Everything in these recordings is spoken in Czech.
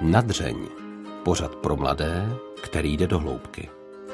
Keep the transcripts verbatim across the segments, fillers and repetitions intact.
Nadřeň. Pořad pro mladé, který jde do hloubky.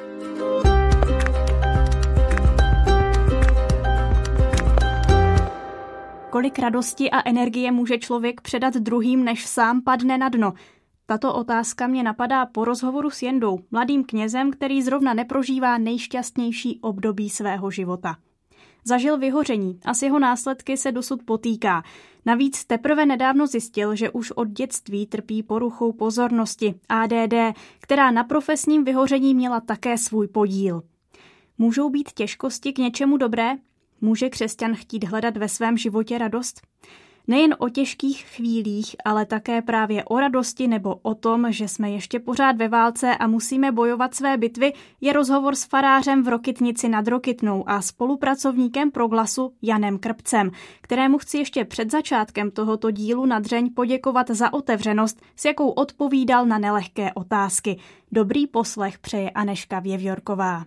Kolik radosti a energie může člověk předat druhým, než sám padne na dno? Tato otázka mě napadá po rozhovoru s Jendou, mladým knězem, který zrovna neprožívá nejšťastnější období svého života. Zažil vyhoření a s jeho následky se dosud potýká. Navíc teprve nedávno zjistil, že už od dětství trpí poruchou pozornosti, A D D, která na profesním vyhoření měla také svůj podíl. Můžou být těžkosti k něčemu dobré? Může křesťan chtít hledat ve svém životě radost? Nejen o těžkých chvílích, ale také právě o radosti nebo o tom, že jsme ještě pořád ve válce a musíme bojovat své bitvy, je rozhovor s farářem v Rokytnici nad Rokytnou a spolupracovníkem Proglasu Janem Krpcem, kterému chci ještě před začátkem tohoto dílu Nadřeň poděkovat za otevřenost, s jakou odpovídal na nelehké otázky. Dobrý poslech přeje Anežka Věvjorková.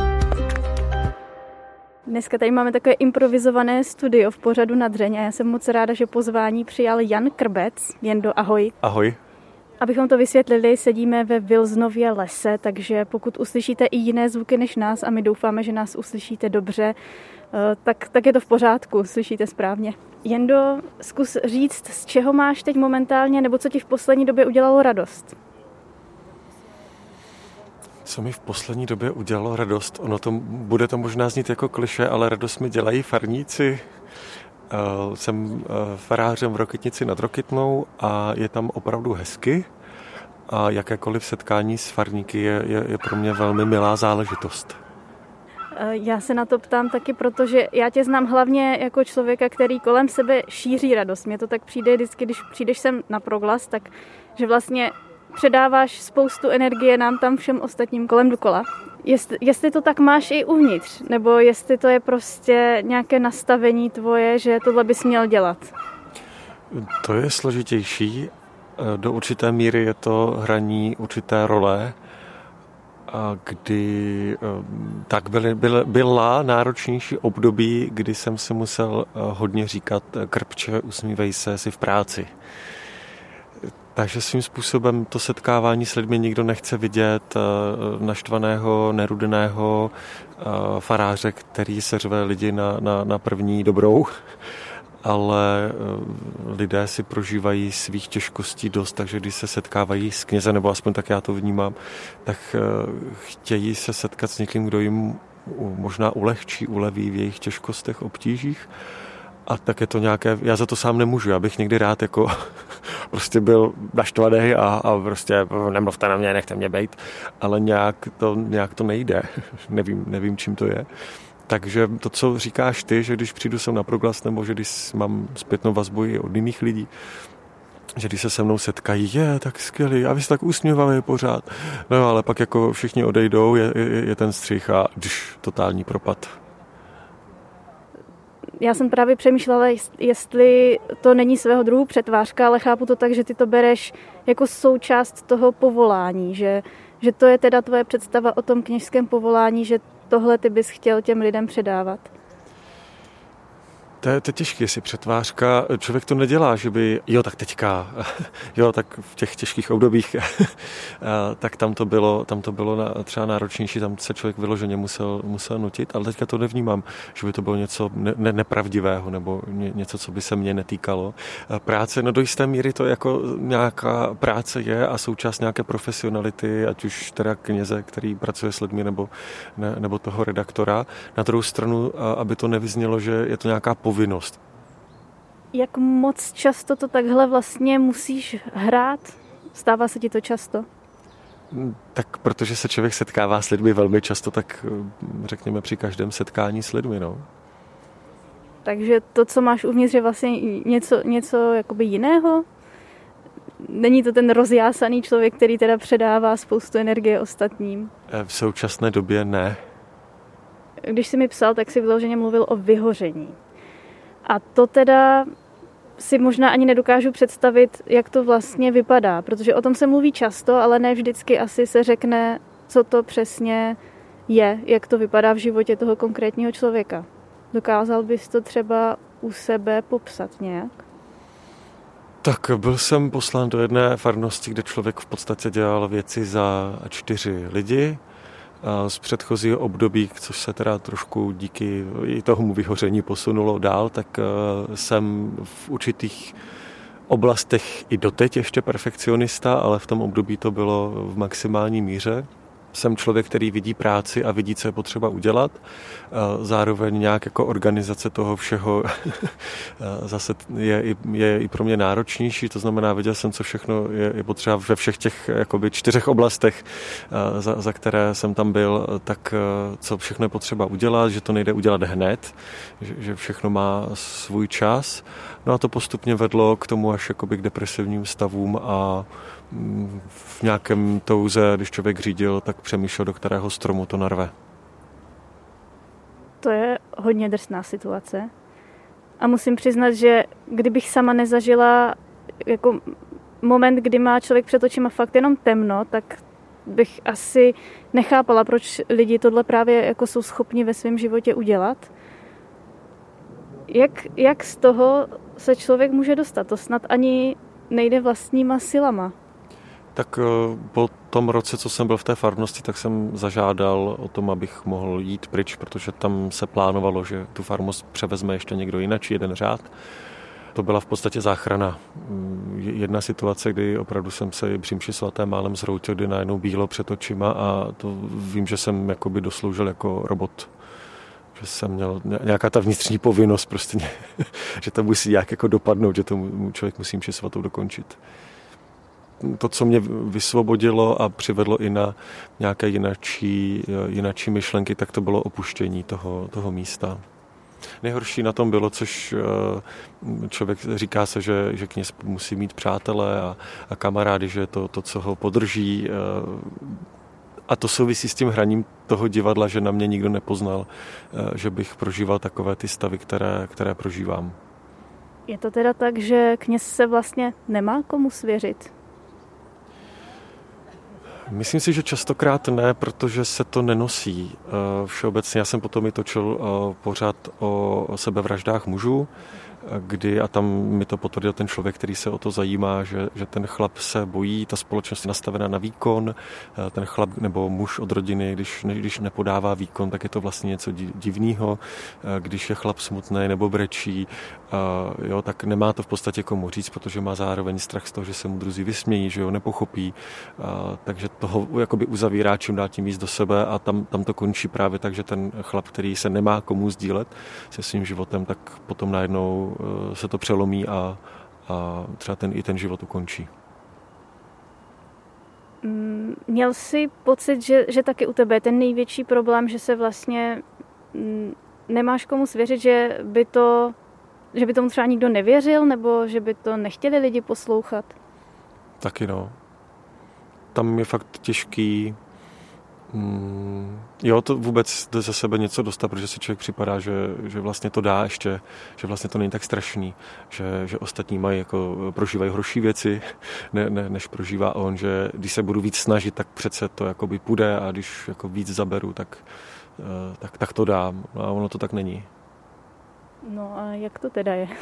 Dneska tady máme takové improvizované studio v pořadu Nadřeň a já jsem moc ráda, že pozvání přijal Jan Krbec. Jendo, ahoj. Ahoj. Abychom to vysvětlili, sedíme ve Vilznově lese, takže pokud uslyšíte i jiné zvuky než nás a my doufáme, že nás uslyšíte dobře, tak, tak je to v pořádku, slyšíte správně. Jendo, zkus říct, z čeho máš teď momentálně, nebo co ti v poslední době udělalo radost? Co mi v poslední době udělalo radost? Ono to bude to možná znít jako klišé, ale radost mi dělají farníci. Uh, jsem uh, farářem v Rokytnici nad Rokytnou a je tam opravdu hezky. A jakékoliv setkání s farníky je, je, je pro mě velmi milá záležitost. Já se na to ptám taky, protože já tě znám hlavně jako člověka, který kolem sebe šíří radost. Mně to tak přijde vždycky, když přijdeš sem na Proglas, tak že vlastně předáváš spoustu energie nám tam všem ostatním kolem dokola. Jestli, jestli to tak máš i uvnitř, nebo jestli to je prostě nějaké nastavení tvoje, že tohle bys měl dělat? To je složitější. Do určité míry je to hraní určité role, kdy tak byly, byly, byla náročnější období, kdy jsem si musel hodně říkat: Krpče, usmívej se, si v práci. Takže svým způsobem to setkávání s lidmi nikdo nechce vidět naštvaného, nerudeného faráře, který seřve lidi na, na, na první dobrou, ale lidé si prožívají svých těžkostí dost, takže když se setkávají s knězem, nebo aspoň tak já to vnímám, tak chtějí se setkat s někým, kdo jim možná ulehčí, uleví v jejich těžkostech, obtížích. A tak je to nějaké, já za to sám nemůžu, já bych někdy rád jako prostě byl naštvaný a, a prostě nemluvte na mě, nechte mě bejt, ale nějak to, nějak to nejde, nevím, nevím, čím to je. Takže to, co říkáš ty, že když přijdu sem na Proglas, nebo že když mám zpětnou vazbu i od jiných lidí, že když se se mnou setkají, je tak skvělý, a vy jste tak usměvavý pořád. No jo, ale pak jako všichni odejdou, je, je, je ten střih a dž, totální propad. Já jsem právě přemýšlela, jestli to není svého druhu přetvářka, ale chápu to tak, že ty to bereš jako součást toho povolání, že, že to je teda tvoje představa o tom kněžském povolání, že tohle ty bys chtěl těm lidem předávat. To je, to je těžké, jestli přetvářka, člověk to nedělá, že by, jo, tak teďka, jo, tak v těch těžkých obdobích, tak tam to bylo, tam to bylo na, třeba náročnější, tam se člověk vyloženě musel, musel nutit, ale teďka to nevnímám, že by to bylo něco ne, ne, nepravdivého, nebo ně, něco, co by se mě netýkalo. Práce, no do jisté míry to jako nějaká práce je a součást nějaké profesionality, ať už teda kněze, který pracuje s lidmi, nebo, ne, nebo toho redaktora. Na druhou stranu, aby to nevyznělo, že je to nějaká povinnost. Jak moc často to takhle vlastně musíš hrát? Stává se ti to často? Tak protože se člověk setkává s lidmi velmi často, tak řekněme při každém setkání s lidmi, no. Takže to, co máš uvnitř, je vlastně něco, něco jakoby jiného? Není to ten rozjásaný člověk, který teda předává spoustu energie ostatním? V současné době ne. Když jsi mi psal, tak jsi vyloženě mluvil o vyhoření. A to teda si možná ani nedokážu představit, jak to vlastně vypadá, protože o tom se mluví často, ale ne vždycky asi se řekne, co to přesně je, jak to vypadá v životě toho konkrétního člověka. Dokázal bys to třeba u sebe popsat nějak? Tak byl jsem poslán do jedné farnosti, kde člověk v podstatě dělal věci za čtyři lidi. A z předchozího období, což se teda trošku díky i tomu vyhoření posunulo dál, tak jsem v určitých oblastech i doteď ještě perfekcionista, ale v tom období to bylo v maximální míře. Jsem člověk, který vidí práci a vidí, co je potřeba udělat. Zároveň nějak jako organizace toho všeho zase je, je i pro mě náročnější. To znamená, viděl jsem, co všechno je, je potřeba ve všech těch jakoby čtyřech oblastech, za, za které jsem tam byl, tak co všechno je potřeba udělat, že to nejde udělat hned, že, že všechno má svůj čas. No a to postupně vedlo k tomu až jakoby k depresivním stavům a v nějakém touze, když člověk řídil, tak přemýšlel, do kterého stromu to narve. To je hodně drsná situace. A musím přiznat, že kdybych sama nezažila jako moment, kdy má člověk před očima fakt jenom temno, tak bych asi nechápala, proč lidi tohle právě jako jsou schopni ve svém životě udělat. Jak, jak z toho se člověk může dostat? To snad ani nejde vlastníma silama. Tak po tom roce, co jsem byl v té farnosti, tak jsem zažádal o tom, abych mohl jít pryč, protože tam se plánovalo, že tu farnost převezme ještě někdo jinak, jeden řád. To byla v podstatě záchrana. Jedna situace, kdy opravdu jsem se při mši svaté málem zhroutil, kdy najednou bílo před očima a to vím, že jsem jakoby dosloužil jako robot. Že jsem měl nějaká ta vnitřní povinnost, prostě, že to musí nějak jako dopadnout, že to člověk musí mši svatou dokončit. To, co mě vysvobodilo a přivedlo i na nějaké jinačí, jinačí myšlenky, tak to bylo opuštění toho, toho místa. Nejhorší na tom bylo, což člověk říká se, že, že kněz musí mít přátelé a, a kamarády, že je to, to, co ho podrží. A to souvisí s tím hraním toho divadla, že na mě nikdo nepoznal, že bych prožíval takové ty stavy, které, které prožívám. Je to teda tak, že kněz se vlastně nemá komu svěřit? Myslím si, že častokrát ne, protože se to nenosí. Všeobecně já jsem potom i točil pořád o sebevraždách mužů, kdy, a tam mi to potvrdil ten člověk, který se o to zajímá, že, že ten chlap se bojí, ta společnost je nastavená na výkon, ten chlap nebo muž od rodiny, když, když nepodává výkon, tak je to vlastně něco divného, když je chlap smutný nebo brečí, jo, tak nemá to v podstatě komu říct, protože má zároveň strach z toho, že se mu druzí vysmějí, že ho nepochopí, takže toho jakoby uzavírá čím dál tím víc do sebe a tam, tam to končí právě tak, že ten chlap, který se nemá komu sdílet se svým životem, tak potom najednou se to přelomí a, a třeba ten, i ten život ukončí. Měl jsi pocit, že, že taky u tebe je ten největší problém, že se vlastně nemáš komu svěřit, že by, to, že by tomu třeba nikdo nevěřil, nebo že by to nechtěli lidi poslouchat? Taky no. Tam je fakt těžký. Mm, jo, to vůbec jde ze sebe něco dostat, protože si člověk připadá, že, že vlastně to dá ještě, že vlastně to není tak strašný, že, že ostatní mají jako, prožívají horší věci, ne, ne, než prožívá on, že když se budu víc snažit, tak přece to jakoby půjde a když jako víc zaberu, tak, tak, tak to dám. A ono to tak není. No a jak to teda je?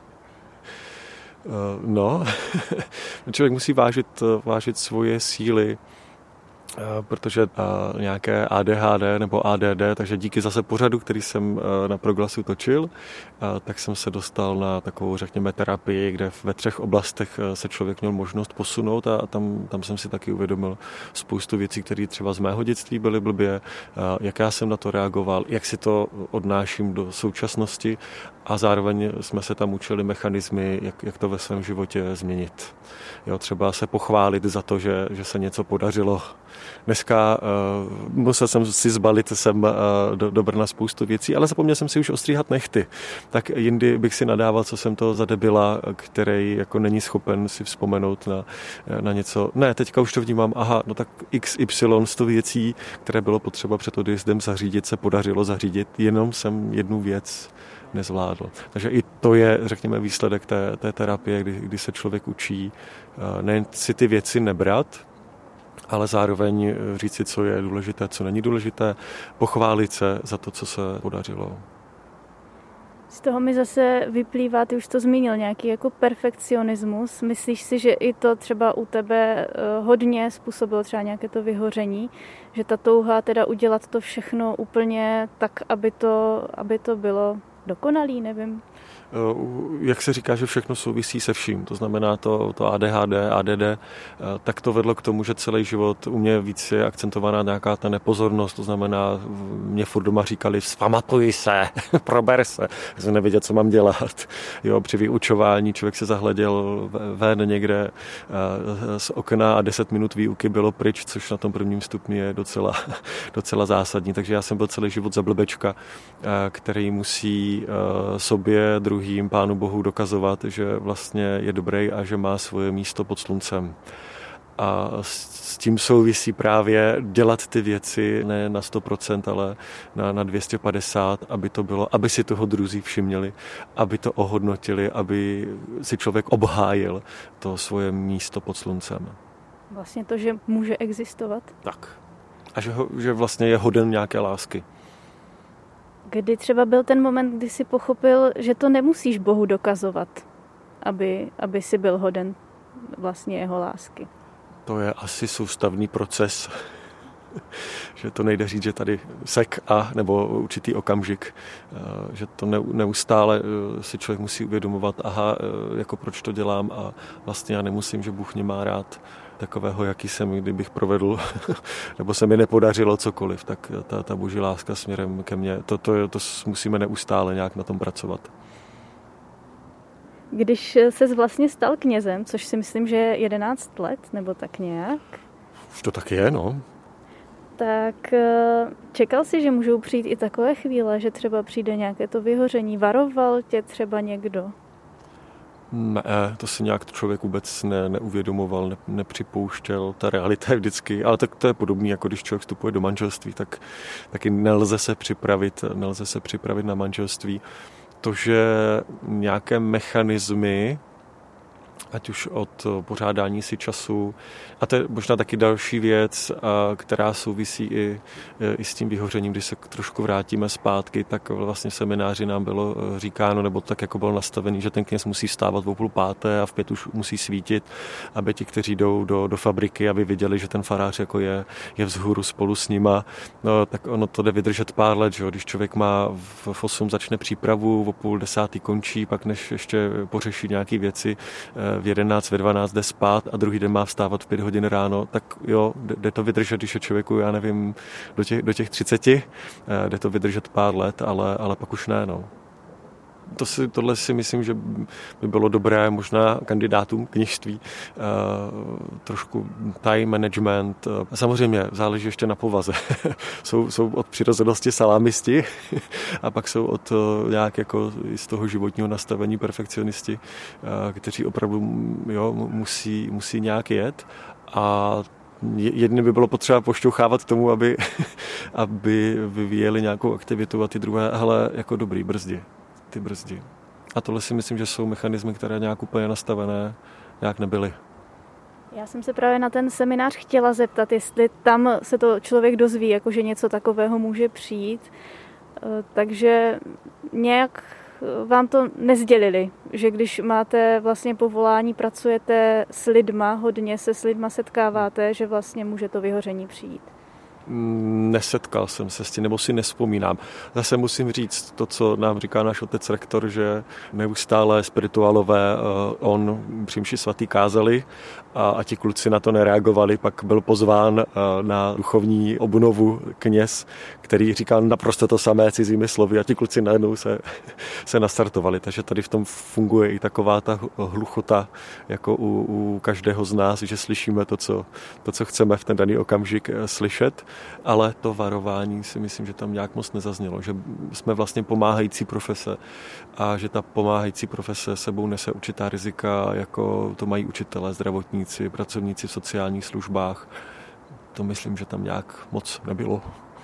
No, člověk musí vážit, vážit svoje síly, protože nějaké A D H D nebo A D D, takže díky zase pořadu, který jsem na Proglasu točil, tak jsem se dostal na takovou, řekněme, terapii, kde ve třech oblastech se člověk měl možnost posunout a tam, tam jsem si taky uvědomil spoustu věcí, které třeba z mého dětství byly blbě, jak já jsem na to reagoval, jak si to odnáším do současnosti a zároveň jsme se tam učili mechanismy, jak, jak to ve svém životě změnit. Jo, třeba se pochválit za to, že, že se něco podařilo. Dneska uh, musel jsem si zbalit sem uh, do, do Brna spoustu věcí, ale zapomněl jsem si už ostříhat nechty. Tak jindy bych si nadával, co jsem to za debila, který jako není schopen si vzpomenout na, na něco. Ne, teďka už to vnímám, aha, no tak iks ypsilon sto věcí, které bylo potřeba před odjezdem zařídit, se podařilo zařídit, jenom jsem jednu věc nezvládl. Takže i to je, řekněme, výsledek té, té terapie, kdy, kdy se člověk učí nejen si ty věci nebrat, ale zároveň říct si, co je důležité, co není důležité, pochválit se za to, co se podařilo. Z toho mi zase vyplývá, ty už to zmínil, nějaký jako perfekcionismus. Myslíš si, že i to třeba u tebe hodně způsobilo třeba nějaké to vyhoření, že ta touha teda udělat to všechno úplně tak, aby to, aby to bylo dokonalý, nevím. Jak se říká, že všechno souvisí se vším, to znamená to, to A D H D, A D D, tak to vedlo k tomu, že celý život u mě víc je akcentovaná nějaká ta nepozornost, to znamená, mě furt doma říkali, vzpamatuj se, prober se, já jsem nevěděl, co mám dělat. Jo, při vyučování člověk se zahleděl ven někde z okna a deset minut výuky bylo pryč, což na tom prvním stupni je docela, docela zásadní, takže já jsem byl celý život za blbečka, který musí sobě, druhým Pánu Bohu dokazovat, že vlastně je dobrý a že má svoje místo pod sluncem. A s tím souvisí právě dělat ty věci ne na sto procent, ale na, na dvě stě padesát, aby to bylo, aby si toho druzí všimněli, aby to ohodnotili, aby si člověk obhájil to svoje místo pod sluncem. Vlastně to, že může existovat. Tak. A že, ho, že vlastně je hoden nějaké lásky. Kdy třeba byl ten moment, kdy jsi pochopil, že to nemusíš Bohu dokazovat, aby, aby si byl hoden vlastně jeho lásky? To je asi soustavný proces, že to nejde říct, že tady sek a nebo určitý okamžik, že to neustále si člověk musí uvědomovat, aha, jako proč to dělám a vlastně já nemusím, že Bůh mě má rád takového, jaký jsem, kdybych provedl, nebo se mi nepodařilo cokoliv, tak ta, ta boží láska směrem ke mně, to, to, to musíme neustále nějak na tom pracovat. Když ses vlastně stal knězem, což si myslím, že je jedenáct let, nebo tak nějak. Už to tak je, no. Tak čekal jsi, že můžou přijít i takové chvíle, že třeba přijde nějaké to vyhoření? Varoval tě třeba někdo? Ne, to si nějak člověk vůbec ne, neuvědomoval, ne, nepřipouštěl, ta realita je vždycky, ale tak to je podobné, jako když člověk vstupuje do manželství, tak taky nelze se připravit, nelze se připravit na manželství. To, že nějaké mechanismy, ať už od pořádání si času, a to je možná taky další věc, která souvisí i, i s tím vyhořením, když se trošku vrátíme zpátky, tak vlastně v semináři nám bylo říkáno, nebo tak jako bylo nastavený, že ten kněz musí vstávat o půl páté a v pět už musí svítit, aby ti, kteří jdou do, do fabriky, aby viděli, že ten farář jako je, je vzhůru spolu s nima, no, tak ono to jde vydržet pár let, že? Když člověk má v, v osm začne přípravu, o půl desátý končí, pak než ještě pořeší nějaké věci, v jedenáct, ve dvanáct jde spát a druhý den má vstávat v pět hodin ráno, tak jo, jde to vydržet, když je člověku, já nevím, do těch, do těch třiceti, jde to vydržet pár let, ale, ale pak už ne, no. To si, tohle si myslím, že by bylo dobré možná kandidátům kněžství, uh, trošku time management. Uh, samozřejmě záleží ještě na povaze. jsou, jsou od přirozenosti salámisti a pak jsou od uh, nějak jako z toho životního nastavení perfekcionisti, uh, kteří opravdu jo, musí, musí nějak jet a jedny by bylo potřeba pošťouchávat k tomu, aby, aby vyvíjeli nějakou aktivitu a ty druhé, hele, jako dobrý, brzdi. ty brzdi. A tohle si myslím, že jsou mechanismy, které nějak úplně nastavené nějak nebyly. Já jsem se právě na ten seminář chtěla zeptat, jestli tam se to člověk dozví, jako že něco takového může přijít. Takže nějak vám to nezdělili, že když máte vlastně povolání, pracujete s lidma, hodně se s lidma setkáváte, že vlastně může to vyhoření přijít. Nesetkal jsem se s tím, nebo si nespomínám. Zase musím říct to, co nám říká náš otec rektor, že neustále spirituálové on při mši svatý kázali a, a ti kluci na to nereagovali. Pak byl pozván na duchovní obnovu kněz, který říkal naprosto to samé cizími slovy a ti kluci najednou se, se nastartovali. Takže tady v tom funguje i taková ta hluchota, jako u, u každého z nás, že slyšíme to co, to, co chceme v ten daný okamžik slyšet. Ale to varování si myslím, že tam nějak moc nezaznělo, že jsme vlastně pomáhající profese a že ta pomáhající profese sebou nese určitá rizika, jako to mají učitelé, zdravotníci, pracovníci v sociálních službách. To myslím, že tam nějak moc nebylo.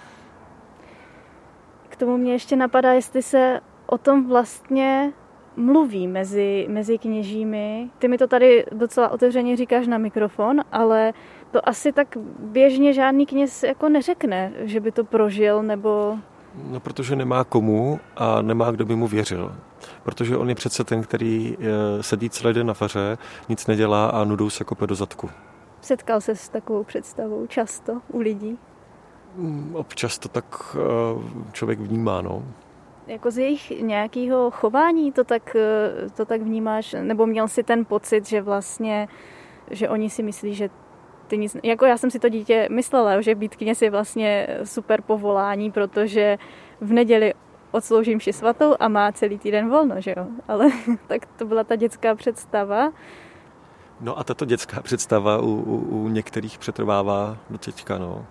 K tomu mě ještě napadá, jestli se o tom vlastně mluví mezi, mezi kněžími. Ty mi to tady docela otevřeně říkáš na mikrofon, ale to asi tak běžně žádný kněz jako neřekne, že by to prožil, nebo... No, protože nemá komu a nemá, kdo by mu věřil. Protože on je přece ten, který sedí celý den na faře, nic nedělá a nudou se kope do zadku. Setkal se s takovou představou často u lidí? Občas to tak člověk vnímá, no. Jako z jejich nějakého chování to tak, to tak vnímáš? Nebo měl jsi ten pocit, že vlastně, že oni si myslí, že ty nic... Jako já jsem si to dítě myslela, že být kněz je vlastně super povolání, protože v neděli odsloužím mši svatou a má celý týden volno, že jo? Ale tak to byla ta dětská představa. No a tato dětská představa u, u, u některých přetrvává do teďka, no.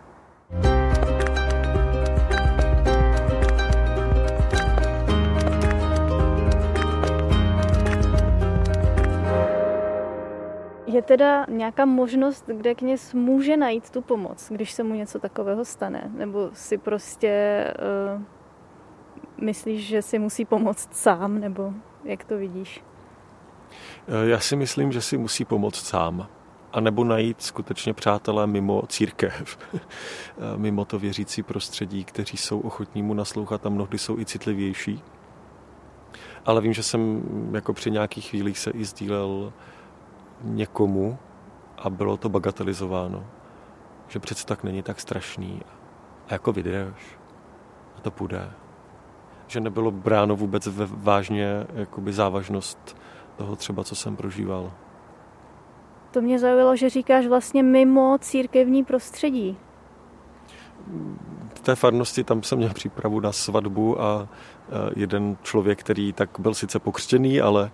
Je teda nějaká možnost, kde kněz může najít tu pomoc, když se mu něco takového stane? Nebo si prostě uh, myslíš, že si musí pomoct sám? Nebo jak to vidíš? Já si myslím, že si musí pomoct sám. A nebo najít skutečně přátelé mimo církev, mimo to věřící prostředí, kteří jsou ochotní mu naslouchat a mnohdy jsou i citlivější. Ale vím, že jsem jako při nějakých chvílích se i sdílel někomu a bylo to bagatelizováno. Že přece tak není tak strašný. A jako vydrž. A to půjde. Že nebylo bráno vůbec vážně jakoby závažnost toho třeba, co jsem prožíval. To mě zaujalo, že říkáš vlastně mimo církevní prostředí. V té farnosti tam jsem měl přípravu na svatbu a jeden člověk, který tak byl sice pokřtěný, ale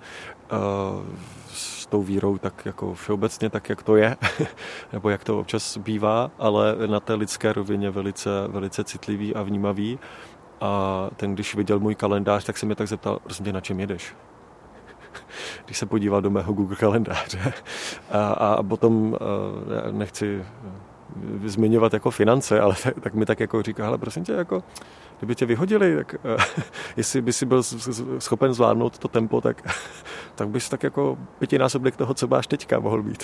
s tou vírou tak jako všeobecně, tak jak to je, nebo jak to občas bývá, ale na té lidské rovině velice, velice citlivý a vnímavý. A ten, když viděl můj kalendář, tak se mě tak zeptal, prosím tě, na čem jedeš? Když se podíval do mého Google kalendáře. A, a potom nechci zmiňovat jako finance, ale tak, tak mi tak jako říká, hele, prosím tě, jako, kdyby tě vyhodili, tak jestli by si byl schopen zvládnout to tempo, tak, tak bys tak jako pětinásobek toho, co máš teďka, mohl být.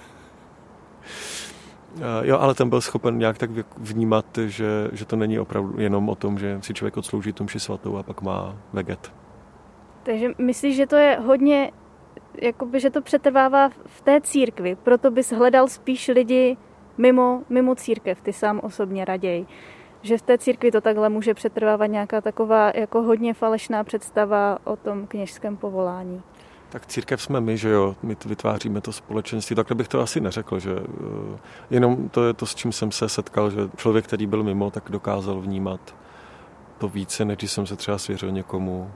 Jo, ale ten byl schopen nějak tak vnímat, že, že to není opravdu jenom o tom, že si člověk odslouží tu mši svatou a pak má veget. Takže myslíš, že to je hodně, jakoby, že to přetrvává v té církvi, proto bys hledal spíš lidi mimo, mimo církev, ty sám osobně raději. Že v té církvi to takhle může přetrvávat nějaká taková jako hodně falešná představa o tom kněžském povolání. Tak církev jsme my, že jo, my vytváříme to společenství, takhle bych to asi neřekl, že jenom to je to, s čím jsem se setkal, že člověk, který byl mimo, tak dokázal vnímat to více, než když jsem se třeba svěřil někomu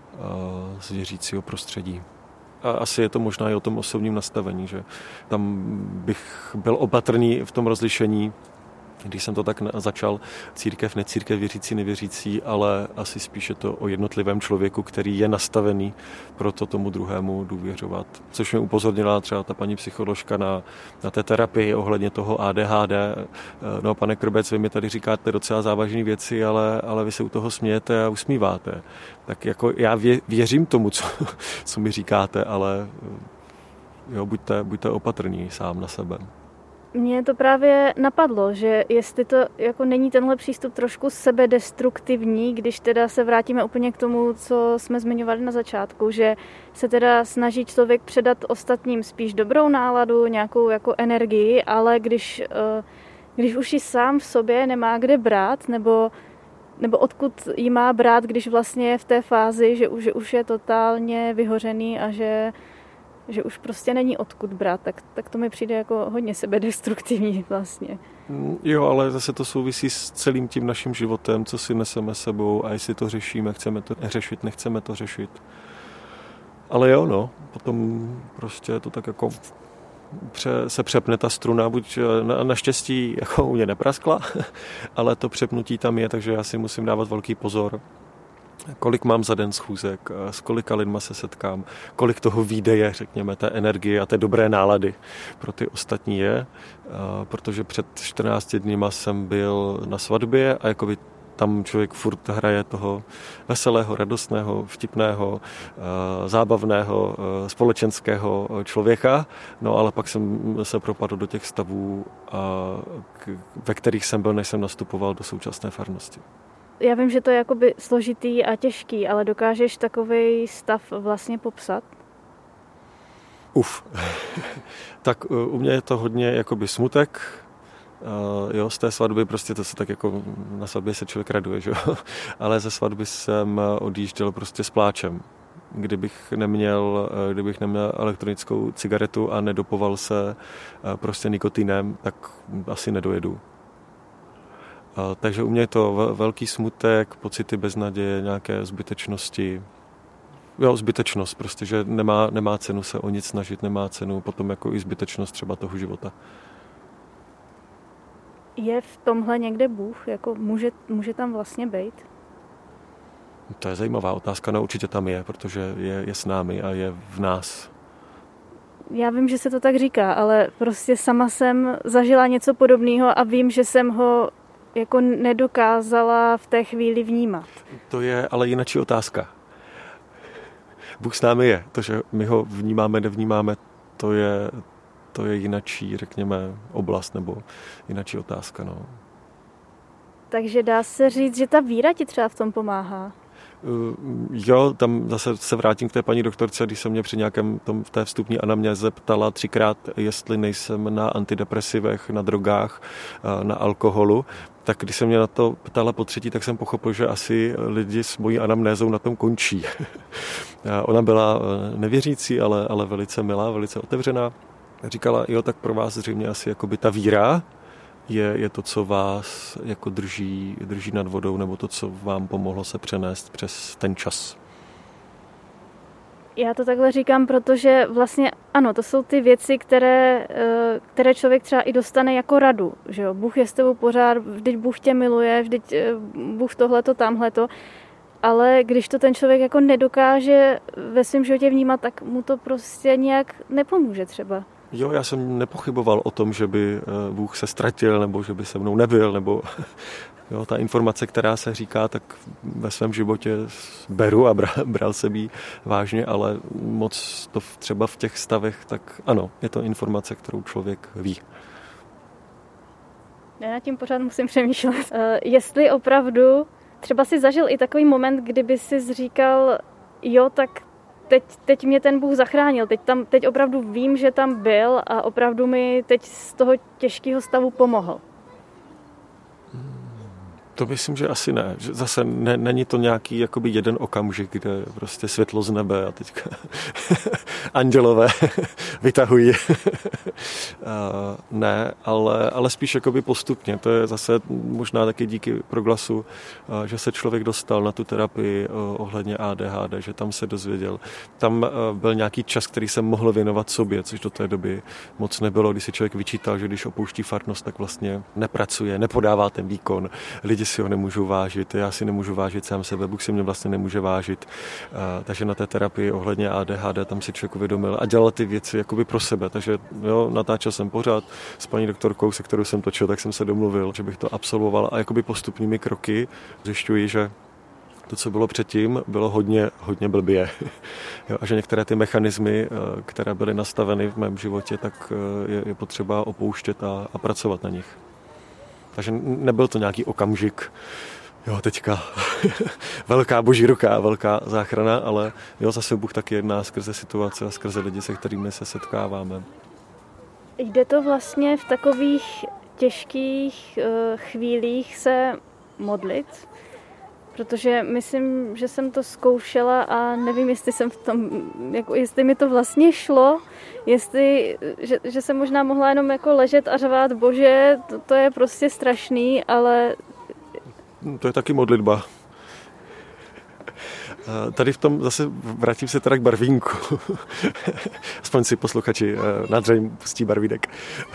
z věřícího prostředí. A asi je to možná i o tom osobním nastavení, že tam bych byl opatrný v tom rozlišení, když jsem to tak začal, církev, necírkev, věřící, nevěřící, ale asi spíše to o jednotlivém člověku, který je nastavený pro to tomu druhému důvěřovat. Což mě upozornila třeba ta paní psycholožka na, na té terapii ohledně toho A D H D. No, pane Krbec, vy mi tady říkáte docela závažné věci, ale, ale vy se u toho smějete a usmíváte. Tak jako já vě, věřím tomu, co, co mi říkáte, ale jo, buďte, buďte opatrní sám na sebe. Mně to právě napadlo, že jestli to jako není tenhle přístup trošku sebedestruktivní, když teda se vrátíme úplně k tomu, co jsme zmiňovali na začátku, že se teda snaží člověk předat ostatním spíš dobrou náladu, nějakou jako energii, ale když, když už ji sám v sobě nemá kde brát, nebo, nebo odkud ji má brát, když vlastně je v té fázi, že už, že už je totálně vyhořený a že že už prostě není odkud brát, tak, tak to mi přijde jako hodně sebedestruktivní vlastně. Jo, ale zase to souvisí s celým tím naším životem, co si neseme sebou a jestli to řešíme, chceme to řešit, nechceme to řešit. Ale jo, no, potom prostě to tak jako pře, se přepne ta struna, buď na, naštěstí jako u mě nepraskla, ale to přepnutí tam je, takže já si musím dávat velký pozor. Kolik mám za den schůzek, s kolika lidma se setkám, kolik toho výdeje, řekněme, té energie a té dobré nálady pro ty ostatní je, protože před čtrnácti dníma jsem byl na svatbě a jako by tam člověk furt hraje toho veselého, radostného, vtipného, zábavného, společenského člověka, no ale pak jsem se propadl do těch stavů, ve kterých jsem byl, než jsem nastupoval do současné farnosti. Já vím, že to je jakoby složitý a těžký, ale dokážeš takovej stav vlastně popsat? Uf. Tak u mě je to hodně jakoby smutek. Uh, jo, z té svatby prostě to se tak jako na svatbě se člověk raduje, že jo? Ale ze svatby jsem odjížděl prostě s pláčem. Kdybych neměl, kdybych neměl elektronickou cigaretu a nedopoval se prostě nikotinem, tak asi nedojedu. Takže u mě je to velký smutek, pocity beznaděje, nějaké zbytečnosti. Jo, zbytečnost prostě, že nemá, nemá cenu se o nic snažit, nemá cenu potom jako i zbytečnost třeba toho života. Je v tomhle někde Bůh? Jako může, může tam vlastně být? To je zajímavá otázka, no určitě tam je, protože je, je s námi a je v nás. Já vím, že se to tak říká, ale prostě sama jsem zažila něco podobného a vím, že jsem ho jako nedokázala v té chvíli vnímat. To je ale jinačí otázka. Bůh s námi je. To, že my ho vnímáme, nevnímáme, to je, to je jinačí, řekněme, oblast nebo jinačí otázka. No. Takže dá se říct, že ta víra ti třeba v tom pomáhá? Jo, tam zase se vrátím k té paní doktorce, když se mě při nějakém tom, v té vstupní anamnéze ptala třikrát, jestli nejsem na antidepresivech, na drogách, na alkoholu, tak když se mě na to ptala po třetí, tak jsem pochopil, že asi lidi s mojí anamnézou na tom končí. Ona byla nevěřící, ale, ale velice milá, velice otevřená. Říkala, jo, tak pro vás zřejmě asi jakoby ta víra je, je to, co vás jako drží, drží nad vodou, nebo to, co vám pomohlo se přenést přes ten čas. Já to takhle říkám, protože vlastně ano, to jsou ty věci, které, které člověk třeba i dostane jako radu. Že jo? Bůh je s tebou pořád, vždyť Bůh tě miluje, vždyť Bůh tohleto, tamhleto. Ale když to ten člověk jako nedokáže ve svém životě vnímat, tak mu to prostě nějak nepomůže třeba. Jo, já jsem nepochyboval o tom, že by Bůh se ztratil, nebo že by se mnou nebyl, nebo jo, ta informace, která se říká, tak ve svém životě beru a bral jsem ji vážně, ale moc to třeba v těch stavech, tak ano, je to informace, kterou člověk ví. Já nad tím pořád musím přemýšlet. Uh, jestli opravdu třeba si zažil i takový moment, kdyby si říkal, jo, tak Teď, teď mě ten Bůh zachránil, teď, tam, teď opravdu vím, že tam byl a opravdu mi teď z toho těžkého stavu pomohl. To myslím, že asi ne. Že zase ne, není to nějaký jakoby jeden okamžik, kde prostě světlo z nebe a teďka andělové vytahují. uh, ne, ale, ale spíš jakoby postupně. To je zase možná taky díky Proglasu, uh, že se člověk dostal na tu terapii uh, ohledně A D H D, že tam se dozvěděl. Tam uh, byl nějaký čas, který jsem mohl věnovat sobě, což do té doby moc nebylo, když si člověk vyčítal, že když opouští farnost, tak vlastně nepracuje, nepodává ten výkon. Lidi si ho nemůžu vážit, já si nemůžu vážit sám sebe, Bůh si mě vlastně nemůže vážit. Uh, takže na té terapii ohledně A D H D tam si člověk uvědomil a dělal ty věci jakoby pro sebe. Takže jo, natáčel jsem pořád s paní doktorkou, se kterou jsem točil, tak jsem se domluvil, že bych to absolvoval a jakoby postupnými kroky zjišťuji, že to, co bylo předtím, bylo hodně, hodně blbě. Jo, a že některé ty mechanismy, které byly nastaveny v mém životě, tak je, je potřeba opouštět a, a pracovat na nich. Takže nebyl to nějaký okamžik, jo, teďka velká boží ruka, velká záchrana, ale jo, zase Bůh taky jedná skrze situace a skrze lidi, se kterými se setkáváme. Jde to vlastně v takových těžkých uh, chvílích se modlit? Protože myslím, že jsem to zkoušela a nevím, jestli jsem v tom, jako jestli mi to vlastně šlo, jestli, že, že jsem možná mohla jenom jako ležet a řvát, bože, to, to je prostě strašný, ale... To je taky modlitba. Tady v tom zase vrátím se teda k barvínku. Aspoň si posluchači nadřejmě pustí barvínek.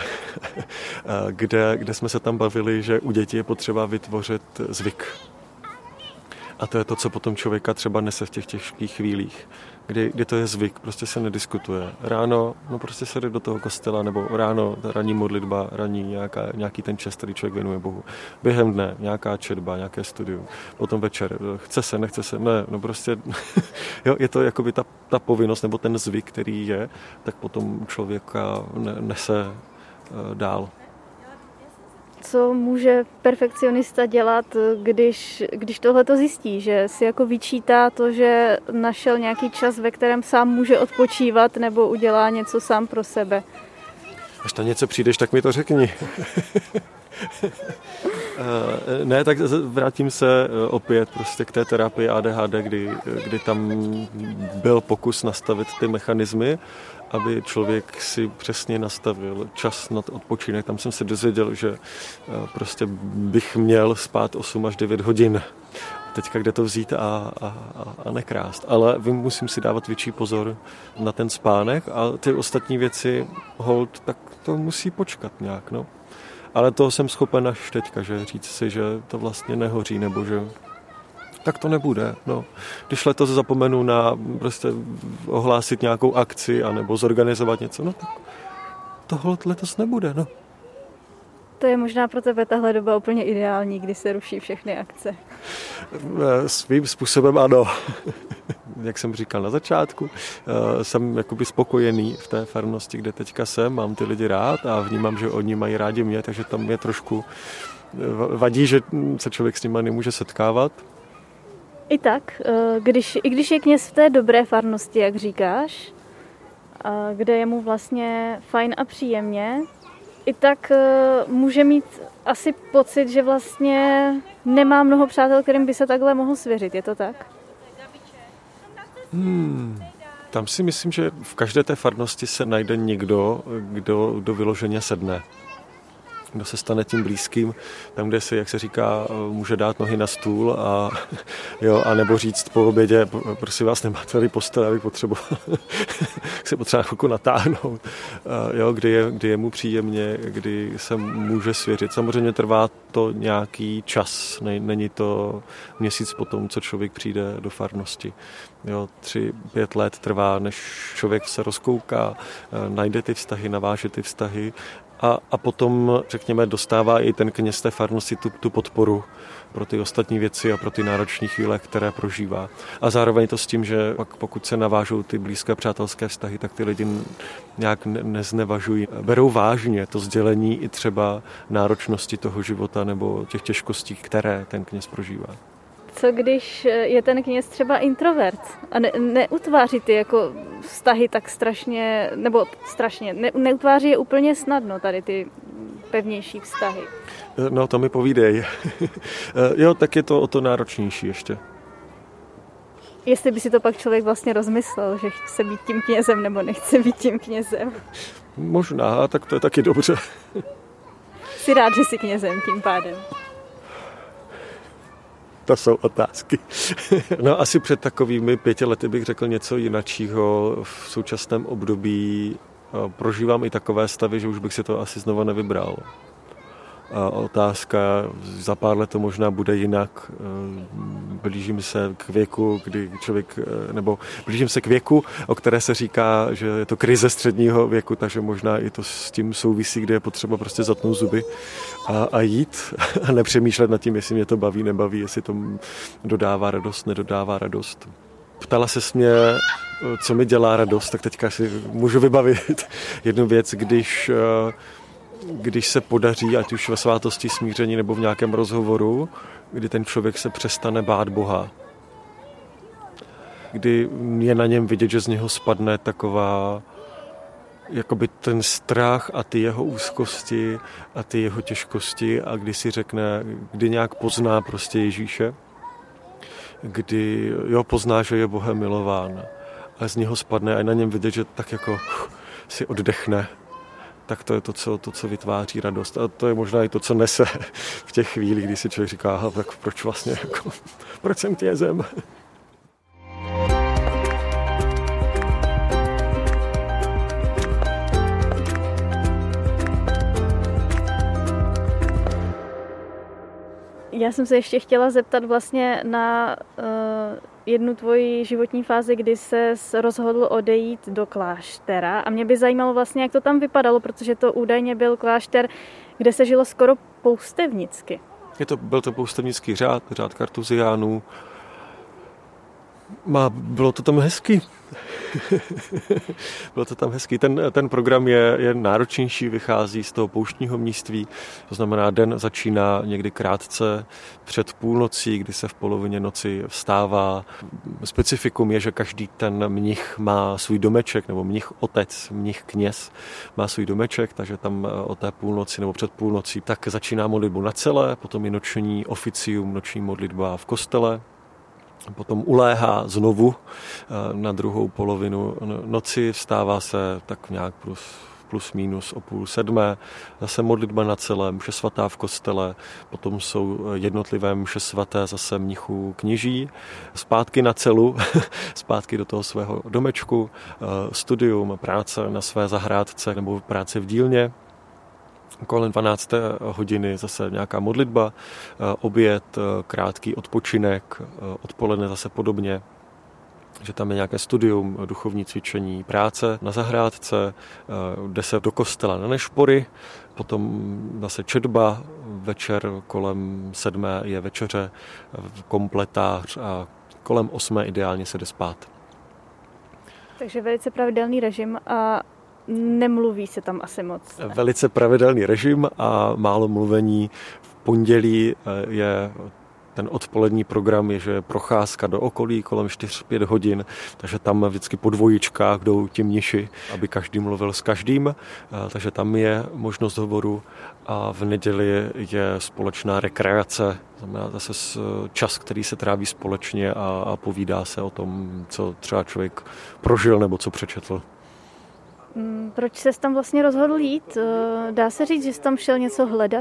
Kde, kde jsme se tam bavili, že u dětí je potřeba vytvořit zvyk. A to je to, co potom člověka třeba nese v těch těžkých chvílích, kdy, kdy to je zvyk, prostě se nediskutuje. Ráno, no prostě se jde do toho kostela, nebo ráno ranní modlitba, ranní nějaká, nějaký ten čas, který člověk věnuje Bohu. Během dne nějaká četba, nějaké studium. Potom večer, chce se, nechce se, ne, no prostě, jo, je to jakoby ta, ta povinnost, nebo ten zvyk, který je, tak potom člověka nese dál. co může perfekcionista dělat, když, když tohle to zjistí, že si jako vyčítá to, že našel nějaký čas, ve kterém sám může odpočívat nebo udělá něco sám pro sebe. Až tam něco přijdeš, tak mi to řekni. Ne, tak vrátím se opět prostě k té terapii A D H D, kdy, kdy tam byl pokus nastavit ty mechanismy, aby člověk si přesně nastavil čas na odpočinek. Tam jsem se dozvěděl, že prostě bych měl spát osm až devět hodin. Teďka kde to vzít a, a, a nekrást. Ale musím si dávat větší pozor na ten spánek a ty ostatní věci hold, tak to musí počkat nějak, no. Ale toho jsem schopen až teďka, že říct si, že to vlastně nehoří, nebo že tak to nebude. No. Když letos zapomenu na prostě ohlásit nějakou akci anebo zorganizovat něco, no tak tohle letos nebude, no. To je možná pro tebe tahle doba úplně ideální, kdy se ruší všechny akce. Svým způsobem ano. Jak jsem říkal na začátku, jsem jakoby spokojený v té farnosti, kde teďka jsem, mám ty lidi rád a vnímám, že oni mají rádi mě, takže tam mě trošku vadí, že se člověk s nimi nemůže setkávat. I tak, když, i když je kněz v té dobré farnosti, jak říkáš, kde je mu vlastně fajn a příjemně, i tak může mít asi pocit, že vlastně nemá mnoho přátel, kterým by se takhle mohl svěřit. Je to tak? Hmm, tam si myslím, že v každé té farnosti se najde někdo, kdo, kdo vyloženě sedne. Kdo se stane tím blízkým, tam, kde si, jak se říká, může dát nohy na stůl a, jo, a nebo říct po obědě, prosím vás, nemáte tady postel, abych potřeboval se potřeba chvilku natáhnout, jo, kdy, je, kdy je mu příjemně, kdy se může svěřit. Samozřejmě trvá to nějaký čas, není to měsíc po tom, co člověk přijde do farnosti. Jo, tři, pět let trvá, než člověk se rozkouká, najde ty vztahy, naváže ty vztahy, A, a potom, řekněme, dostává i ten kněz té farnosti tu, tu podporu pro ty ostatní věci a pro ty náročné chvíle, které prožívá. A zároveň to s tím, že pak pokud se navážou ty blízké přátelské vztahy, tak ty lidi nějak ne, neznevažují. Berou vážně to sdělení i třeba náročnosti toho života nebo těch těžkostí, které ten kněz prožívá. Co když je ten kněz třeba introvert a ne, neutváří ty jako vztahy tak strašně, nebo strašně, ne, neutváří je úplně snadno tady ty pevnější vztahy? No to mi povídej. Jo, tak je to o to náročnější ještě. Jestli by si to pak člověk vlastně rozmyslel, že chce být tím knězem nebo nechce být tím knězem. Možná, tak to je taky dobře. Jsi rád, že jsi knězem tím pádem? To jsou otázky. No asi před takovými pěti lety bych řekl něco jinačího. V současném období prožívám i takové stavy, že už bych si to asi znova nevybral. A otázka, za pár let to možná bude jinak. Blížím se k věku, kdy člověk, nebo blížím se k věku, o které se říká, že je to krize středního věku, takže možná i to s tím souvisí, kde je potřeba prostě zatnout zuby a, a jít a nepřemýšlet nad tím, jestli mě to baví, nebaví, jestli to dodává radost, nedodává radost. Ptala ses mě, co mi dělá radost, tak teďka si můžu vybavit jednu věc, když když se podaří, ať už ve svátosti smíření nebo v nějakém rozhovoru, kdy ten člověk se přestane bát Boha. Kdy je na něm vidět, že z něho spadne taková, jakoby ten strach a ty jeho úzkosti a ty jeho těžkosti a kdy si řekne, kdy nějak pozná prostě Ježíše, kdy jo, pozná, že je Bohem milován a z něho spadne a je na něm vidět, že tak jako si oddechne. Tak to je to co, to, co vytváří radost. A to je možná i to, co nese v těch chvílích, kdy si člověk říká, aha, tak proč vlastně, jako, proč jsem knězem? Já jsem se ještě chtěla zeptat vlastně na uh, jednu tvoji životní fázi, kdy ses rozhodl odejít do kláštera a mě by zajímalo vlastně, jak to tam vypadalo, protože to údajně byl klášter, kde se žilo skoro poustevnicky. Je to, byl to poustevnický řád, řád kartuziánů. Má, bylo to tam hezky. Bylo to tam hezky. Ten, ten program je, je náročnější, vychází z toho pouštního mníství. To znamená, den začíná někdy krátce před půlnocí, kdy se v polovině noci vstává. Specifikum je, že každý ten mnich má svůj domeček, nebo mnich otec, mnich kněz má svůj domeček, takže tam o té půlnoci nebo před půlnocí tak začíná modlitbu na celé, potom je noční oficium, noční modlitba v kostele. Potom uléhá znovu na druhou polovinu noci, vstává se tak nějak plus, plus minus o půl sedmé, zase modlitba na celé, mše svatá v kostele, potom jsou jednotlivé mše svaté zase mnichů kněží, zpátky na celu, zpátky do toho svého domečku, studium, práce na své zahrádce nebo práce v dílně. Kolem dvanácté hodiny zase nějaká modlitba, oběd, krátký odpočinek, odpoledne zase podobně, že tam je nějaké studium, duchovní cvičení, práce na zahrádce, jde se do kostela na nešpory, potom zase četba, večer kolem sedmé je večeře, kompletář a kolem osmé ideálně se jde spát. Takže velice pravidelný režim a nemluví se tam asi moc. Ne? Velice pravidelný režim a málo mluvení. V pondělí je ten odpolední program, je, že je procházka do okolí kolem čtyři pět hodin, takže tam vždycky po dvojičkách jdou ti mniši, aby každý mluvil s každým, takže tam je možnost hovoru a v neděli je společná rekreace, znamená zase čas, který se tráví společně a, a povídá se o tom, co třeba člověk prožil nebo co přečetl. Proč ses tam vlastně rozhodl jít? Dá se říct, že jsi tam šel něco hledat?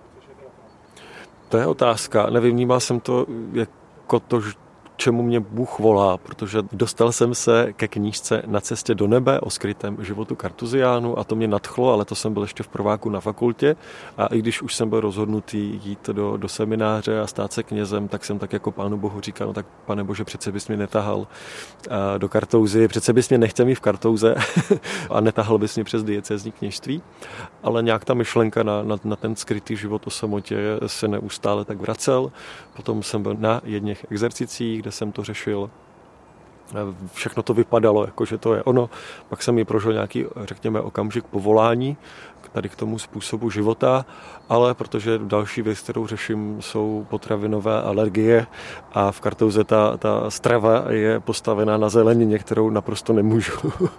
To je otázka. Nevnímal jsem to jako to, čemu mě Bůh volá, protože dostal jsem se ke knížce Na cestě do nebe o skrytém životu Kartuziánů a to mě nadchlo, ale to jsem byl ještě v prváku na fakultě a i když už jsem byl rozhodnutý jít do, do semináře a stát se knězem, tak jsem tak jako Pánu Bohu říkal, no tak Pane Bože, přece bys mě netahal do Kartouzy, přece bys mě nechtěl mít v Kartouze a netahal bys mě přes diecézní kněžství, ale nějak ta myšlenka na, na, na ten skrytý život o samotě se neustále tak vracel. Potom jsem byl na jedněch exercicích, kde jsem to řešil. Všechno to vypadalo, jako že to je ono. Pak jsem ji prožil nějaký, řekněme, okamžik povolání tady k tomu způsobu života, ale protože další věc, kterou řeším, jsou potravinové alergie a v Kartouze ta, ta strava je postavená na zelenině, kterou naprosto nemůžu.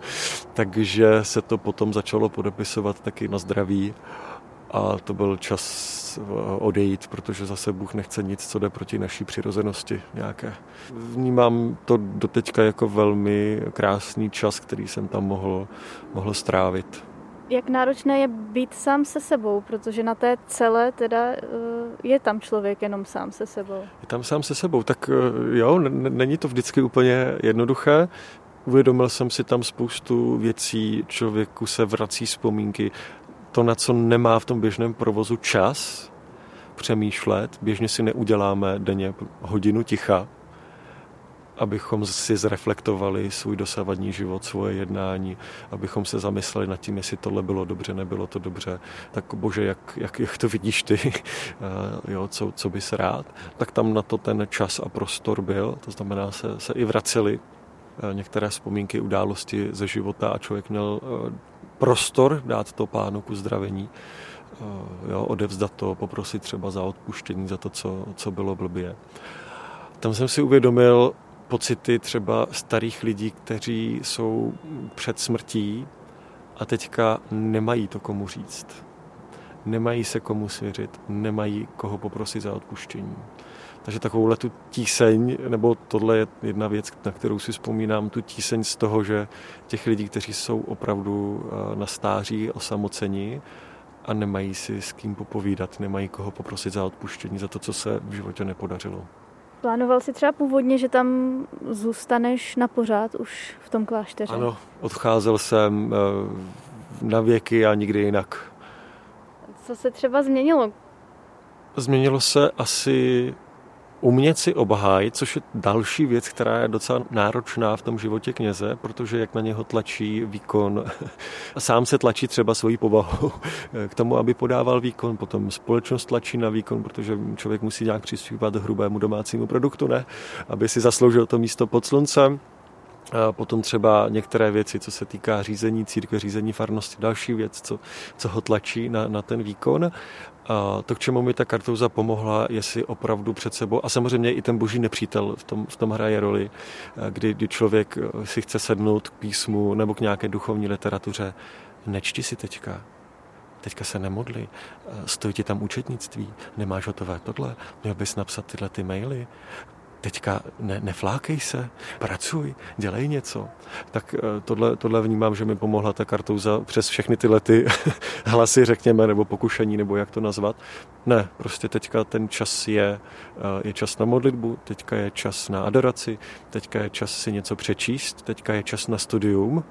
Takže se to potom začalo podepisovat taky na zdraví a to byl čas odejít, protože zase Bůh nechce nic, co jde proti naší přirozenosti nějaké. Vnímám to doteďka jako velmi krásný čas, který jsem tam mohl, mohl strávit. Jak náročné je být sám se sebou, protože na té celé teda je tam člověk jenom sám se sebou. Je tam sám se sebou, tak jo, n- není to vždycky úplně jednoduché. Uvědomil jsem si tam spoustu věcí, člověku se vrací vzpomínky, to, na co nemá v tom běžném provozu čas přemýšlet. Běžně si neuděláme denně hodinu ticha, abychom si zreflektovali svůj dosavadní život, svoje jednání, abychom se zamysleli nad tím, jestli tohle bylo dobře, nebylo to dobře. Tak Bože, jak, jak, jak to vidíš ty, jo, co, co bys rád. Tak tam na to ten čas a prostor byl, to znamená, se, se i vraceli některé vzpomínky, události ze života a člověk měl prostor dát to Pánu k uzdravení, jo, odevzdat to, poprosit třeba za odpuštění, za to, co, co bylo blbě. Tam jsem si uvědomil pocity třeba starých lidí, kteří jsou před smrtí a teďka nemají to komu říct. Nemají se komu svěřit, nemají koho poprosit za odpuštění. Takže takovouhle tu tíseň, nebo tohle je jedna věc, na kterou si vzpomínám, tu tíseň z toho, že těch lidí, kteří jsou opravdu na stáří osamoceni a nemají si s kým popovídat, nemají koho poprosit za odpuštění za to, co se v životě nepodařilo. Plánoval jsi třeba původně, že tam zůstaneš na pořád už v tom klášteře? Ano, odcházel jsem na věky a nikdy jinak. Co se třeba změnilo? Změnilo se asi umět si obhájit, což je další věc, která je docela náročná v tom životě kněze, protože jak na něho tlačí výkon, sám se tlačí třeba svojí povahou k tomu, aby podával výkon, potom společnost tlačí na výkon, protože člověk musí nějak přispívat hrubému domácímu produktu, ne? Aby si zasloužil to místo pod sluncem. A potom třeba některé věci, co se týká řízení církve, řízení farnosti, další věc, co, co ho tlačí na, na ten výkon. A to, k čemu mi ta Kartouza pomohla, je si opravdu před sebou, a samozřejmě i ten boží nepřítel v tom, v tom hraje roli, kdy, kdy člověk si chce sednout k písmu nebo k nějaké duchovní literatuře. Nečti si teďka. Teďka se nemodli. Stojí ti tam účetnictví. Nemáš hotové tohle. Měl bys napsat tyhle ty maily. Teďka ne, neflákej se, pracuj, dělej něco. Tak tohle, tohle vnímám, že mi pomohla ta Kartouza přes všechny tyhle ty hlasy, řekněme, nebo pokušení, nebo jak to nazvat. Ne, prostě teďka ten čas je, je čas na modlitbu, teďka je čas na adoraci, teďka je čas si něco přečíst, teďka je čas na studium.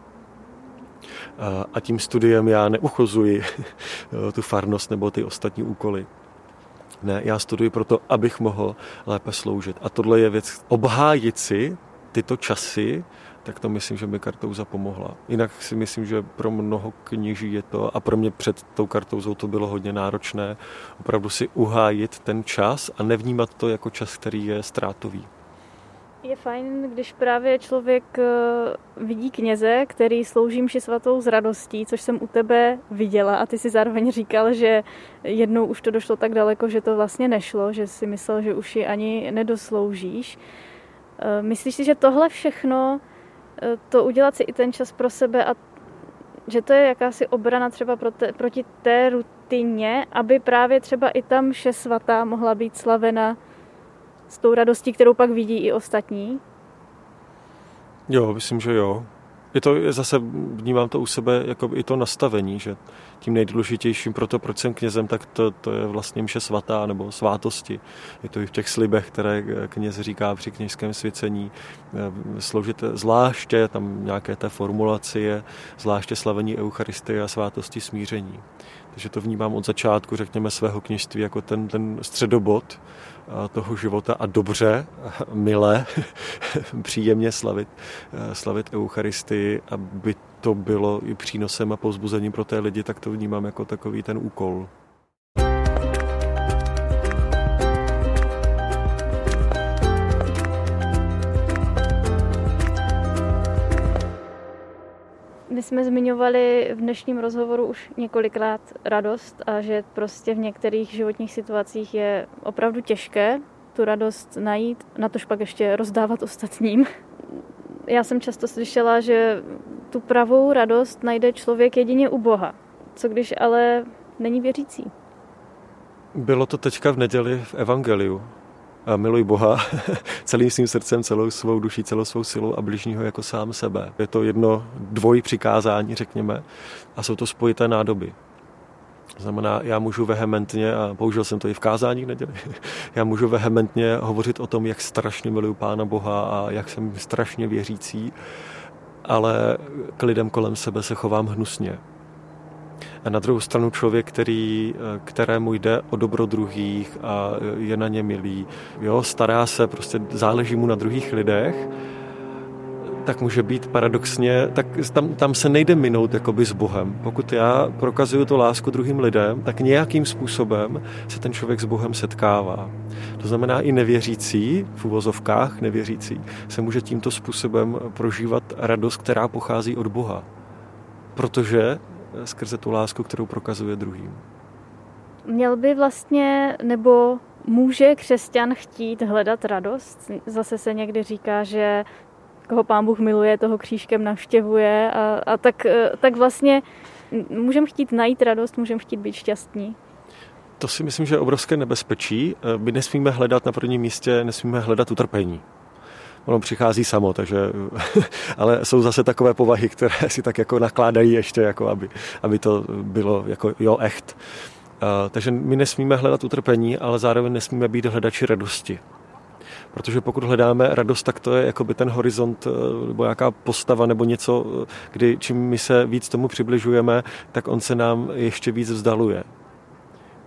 A tím studiem já neuchozuji tu farnost nebo ty ostatní úkoly. Ne, já studuji proto, abych mohl lépe sloužit. A tohle je věc, obhájit si tyto časy, tak to myslím, že mi Kartouza pomohla. Jinak si myslím, že pro mnoho kněží je to, a pro mě před tou Kartouzou to bylo hodně náročné, opravdu si uhájit ten čas a nevnímat to jako čas, který je ztrátový. Je fajn, když právě člověk vidí kněze, který slouží mši svatou s radostí, což jsem u tebe viděla, a ty si zároveň říkal, že jednou už to došlo tak daleko, že to vlastně nešlo, že si myslel, že už ji ani nedosloužíš. Myslíš si, že tohle všechno, to udělat si i ten čas pro sebe, a že to je jakási obrana třeba proti té rutině, aby právě třeba i ta mše svatá mohla být slavena s tou radostí, kterou pak vidí i ostatní? Jo, myslím, že jo. Je to, zase vnímám to u sebe jako i to nastavení, že tím nejdůležitějším pro to, proč jsem knězem, tak to, to je vlastně mše svatá nebo svátosti. Je to i v těch slibech, které kněz říká při kněžském svěcení. Sloužit zvláště, tam nějaké té formulaci je, zvláště slavení Eucharistie a svátosti smíření. Takže to vnímám od začátku, řekněme, svého kněžství jako ten, ten středobod toho života a dobře, milé, příjemně slavit, slavit Eucharistii, aby to bylo i přínosem a povzbuzením pro té lidi, tak to vnímám jako takový ten úkol. My jsme zmiňovali v dnešním rozhovoru už několikrát radost a že prostě v některých životních situacích je opravdu těžké tu radost najít, natož pak ještě rozdávat ostatním. Já jsem často slyšela, že tu pravou radost najde člověk jedině u Boha. Co když ale není věřící? Bylo to teďka v neděli v evangeliu. A miluj Boha celým svým srdcem, celou svou duší, celou svou silou a bližního jako sám sebe. Je to jedno dvojí přikázání, řekněme, a jsou to spojité nádoby. To znamená, já můžu vehementně, a použil jsem to i v kázání v neděli, já můžu vehementně hovořit o tom, jak strašně miluju Pána Boha a jak jsem strašně věřící, ale k lidem kolem sebe se chovám hnusně. A na druhou stranu člověk, který, kterému jde o dobro druhých a je na ně milý, jo, stará se, prostě záleží mu na druhých lidech, tak může být paradoxně, tak tam, tam se nejde minout jakoby s Bohem. Pokud já prokazuju tu lásku druhým lidem, tak nějakým způsobem se ten člověk s Bohem setkává. To znamená i nevěřící, v uvozovkách nevěřící, se může tímto způsobem prožívat radost, která pochází od Boha. Protože skrze tu lásku, kterou prokazuje druhým. Měl by vlastně, nebo může křesťan chtít hledat radost? Zase se někdy říká, že koho Pán Bůh miluje, toho křížkem navštěvuje a, a tak, tak vlastně můžeme chtít najít radost, můžeme chtít být šťastní. To si myslím, že je obrovské nebezpečí. My nesmíme hledat na prvním místě, nesmíme hledat utrpení. Ono přichází samo, takže, ale jsou zase takové povahy, které si tak jako nakládají ještě, jako aby, aby to bylo jako jo, echt. Uh, takže my nesmíme hledat utrpení, ale zároveň nesmíme být hledači radosti. Protože pokud hledáme radost, tak to je jakoby ten horizont nebo nějaká postava nebo něco, kdy čím my se víc tomu přibližujeme, tak on se nám ještě víc vzdaluje.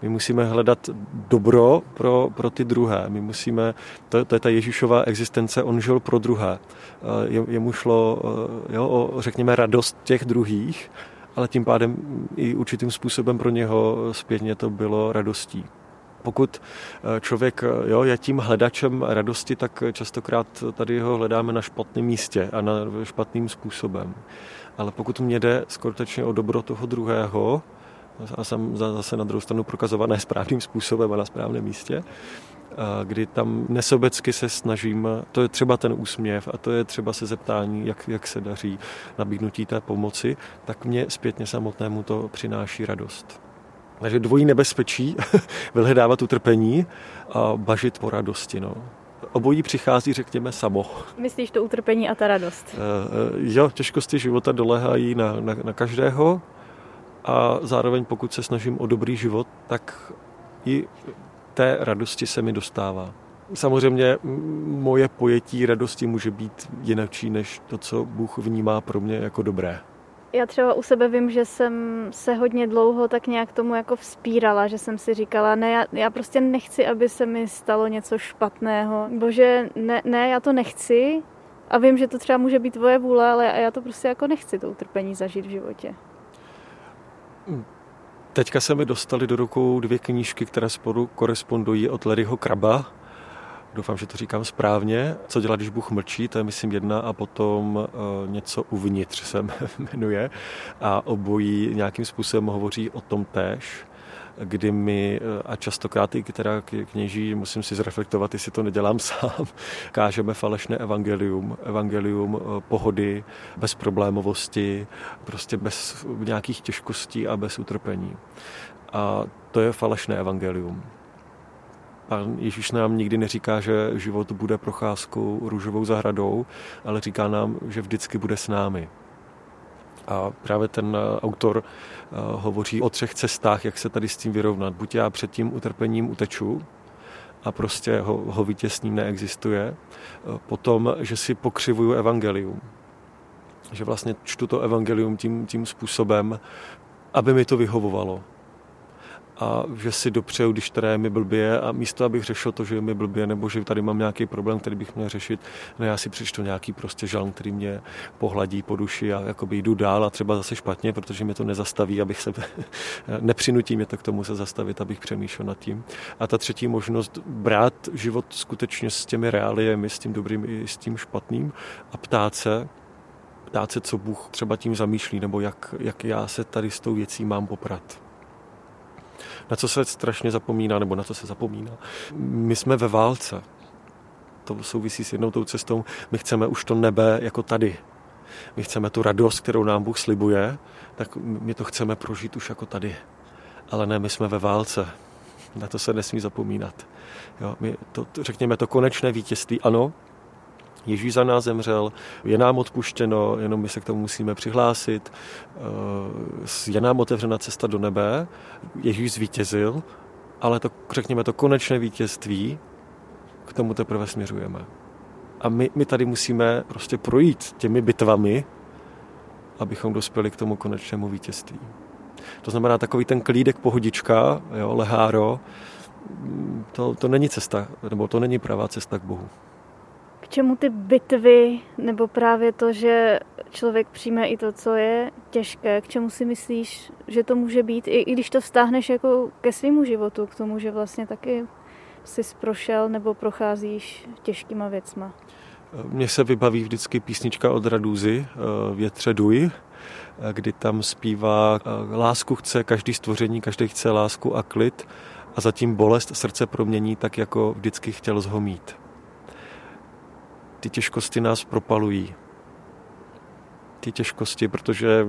My musíme hledat dobro pro, pro ty druhé. My musíme, to, to je ta Ježíšova existence, on žil pro druhé. Je, jemu šlo, jo, o, řekněme, radost těch druhých, ale tím pádem i určitým způsobem pro něho zpětně to bylo radostí. Pokud člověk jo, je tím hledačem radosti, tak častokrát tady ho hledáme na špatném místě a na špatným způsobem. Ale pokud mě jde skutečně o dobro toho druhého, a jsem zase na druhou stranu prokazované správným způsobem a na správném místě, kdy tam nesobecky se snažím, to je třeba ten úsměv a to je třeba se zeptání, jak, jak se daří, nabídnutí té pomoci, tak mě zpětně samotnému to přináší radost. Takže dvojí nebezpečí, vyhledávat utrpení a bažit po radosti. No. Obojí přichází, řekněme, samo. Myslíš to utrpení a ta radost? Jo, těžkosti života doléhají na, na, na každého a zároveň pokud se snažím o dobrý život, tak i té radosti se mi dostává. Samozřejmě moje pojetí radosti může být jinačí než to, co Bůh vnímá pro mě jako dobré. Já třeba u sebe vím, že jsem se hodně dlouho tak nějak tomu jako vzpírala, že jsem si říkala, ne, já, já prostě nechci, aby se mi stalo něco špatného. Bože, ne, ne, já to nechci a vím, že to třeba může být tvoje vůle, ale já to prostě jako nechci to utrpení zažít v životě. Teďka se mi dostaly do rukou dvě knížky, které spolu korespondují od Larryho Kraba. Doufám, že to říkám správně. Co dělat, když Bůh mlčí, to je myslím jedna a potom uh, něco uvnitř se jmenuje. A obojí nějakým způsobem hovoří o tom též, kdy my, a častokrát i teda kněží, musím si zreflektovat, jestli to nedělám sám, kážeme falešné evangelium, evangelium pohody, bezproblémovosti, prostě bez nějakých těžkostí a bez utrpení. A to je falešné evangelium. Pán Ježíš nám nikdy neříká, že život bude procházkou růžovou zahradou, ale říká nám, že vždycky bude s námi. A právě ten autor hovoří o třech cestách, jak se tady s tím vyrovnat. Buď já před tím utrpením uteču a prostě ho, ho vítězním neexistuje. Potom, že si pokřivuju evangelium. Že vlastně čtu to evangelium tím, tím způsobem, aby mi to vyhovovalo. A že si dopřeju, když tady je mi blbě a místo, abych řešil to, že je mi blbě nebo že tady mám nějaký problém, který bych měl řešit, no já si přečtu nějaký prostě žalm, který mě pohladí po duši a jakoby jdu dál a třeba zase špatně, protože mě to nezastaví, abych se nepřinutí mě to k tomu se zastavit, abych přemýšlel nad tím. A ta třetí možnost brát život skutečně s těmi reáliemi, s tím dobrým i s tím špatným a ptát se, ptát se, co Bůh třeba tím zamýšlí nebo jak, jak já se tady s tou věcí mám poprat. Na co se strašně zapomíná, nebo na co se zapomíná. My jsme ve válce. To souvisí s jednou tou cestou. My chceme už to nebe jako tady. My chceme tu radost, kterou nám Bůh slibuje, tak my to chceme prožít už jako tady. Ale ne, my jsme ve válce. Na to se nesmí zapomínat. Jo, my to, řekněme, to konečné vítězství, ano, Ježíš za nás zemřel, je nám odpuštěno, jenom my se k tomu musíme přihlásit, je nám otevřena cesta do nebe, Ježíš zvítězil, ale to, řekněme, to konečné vítězství, k tomu teprve směřujeme. A my, my tady musíme prostě projít těmi bitvami, abychom dospěli k tomu konečnému vítězství. To znamená takový ten klídek pohodička, jo, leháro, to, to není cesta, nebo to není pravá cesta k Bohu. K čemu ty bitvy, nebo právě to, že člověk přijme i to, co je těžké, k čemu si myslíš, že to může být, i, i když to vztáhneš jako ke svému životu, k tomu, že vlastně taky jsi prošel nebo procházíš těžkýma věcma? Mně se vybaví vždycky písnička od Radúzy, Větře duj, kdy tam zpívá: lásku chce každý stvoření, každý chce lásku a klid a zatím bolest srdce promění tak, jako vždycky chtěl zhomít. Ty těžkosti nás propalují. Ty těžkosti, protože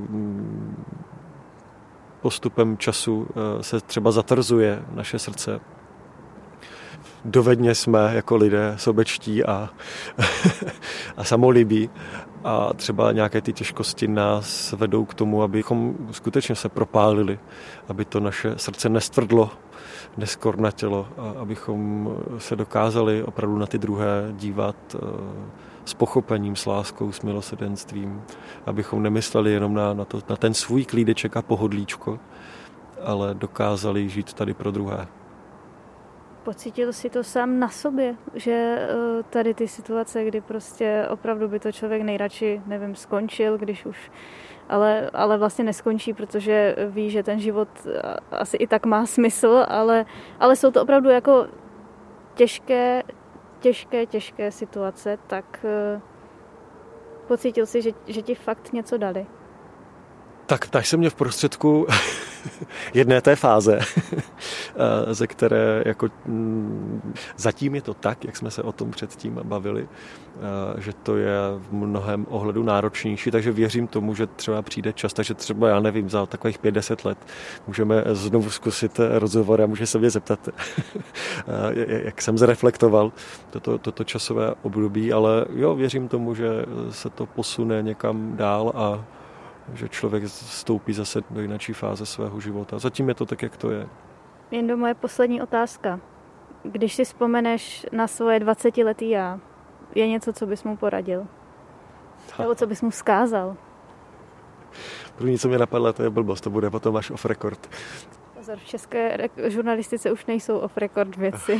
postupem času se třeba zatrzuje naše srdce. Dovedně jsme jako lidé sobečtí a, a samolibí a třeba nějaké ty těžkosti nás vedou k tomu, abychom skutečně se propálili, aby to naše srdce nestvrdlo, neskornatělo, a abychom se dokázali opravdu na ty druhé dívat s pochopením, s láskou, s milosrdenstvím, abychom nemysleli jenom na, na, to, na ten svůj klídeček a pohodlíčko, ale dokázali žít tady pro druhé. Pocítil jsi to sám na sobě, že tady ty situace, kdy prostě opravdu by to člověk nejradši, nevím, skončil, když už, ale, ale vlastně neskončí, protože ví, že ten život asi i tak má smysl, ale, ale jsou to opravdu jako těžké, těžké, těžké situace, tak pocítil jsi, že, že ti fakt něco dali. Tak ptáš se mě v prostředku jedné té fáze, ze které jako zatím je to tak, jak jsme se o tom předtím bavili, že to je v mnohem ohledu náročnější, takže věřím tomu, že třeba přijde čas, takže třeba, já nevím, za takových pět deset let můžeme znovu zkusit rozhovor a může se mě zeptat, jak jsem zreflektoval toto, toto časové období, ale jo, věřím tomu, že se to posune někam dál a že člověk vstoupí zase do jiné fáze svého života. Zatím je to tak, jak to je. Jen do moje poslední otázka. Když si vzpomeneš na svoje dvacetiletý já, je něco, co bys mu poradil? Nebo co bys mu vzkázal? První, co mě napadlo, to je blbost, to bude potom až off record. Pozor, v české žurnalistice už nejsou off record věci.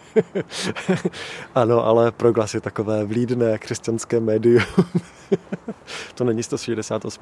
Ano, ale Proglas je takové vlídné křesťanské médium. To není sto šedesát osm.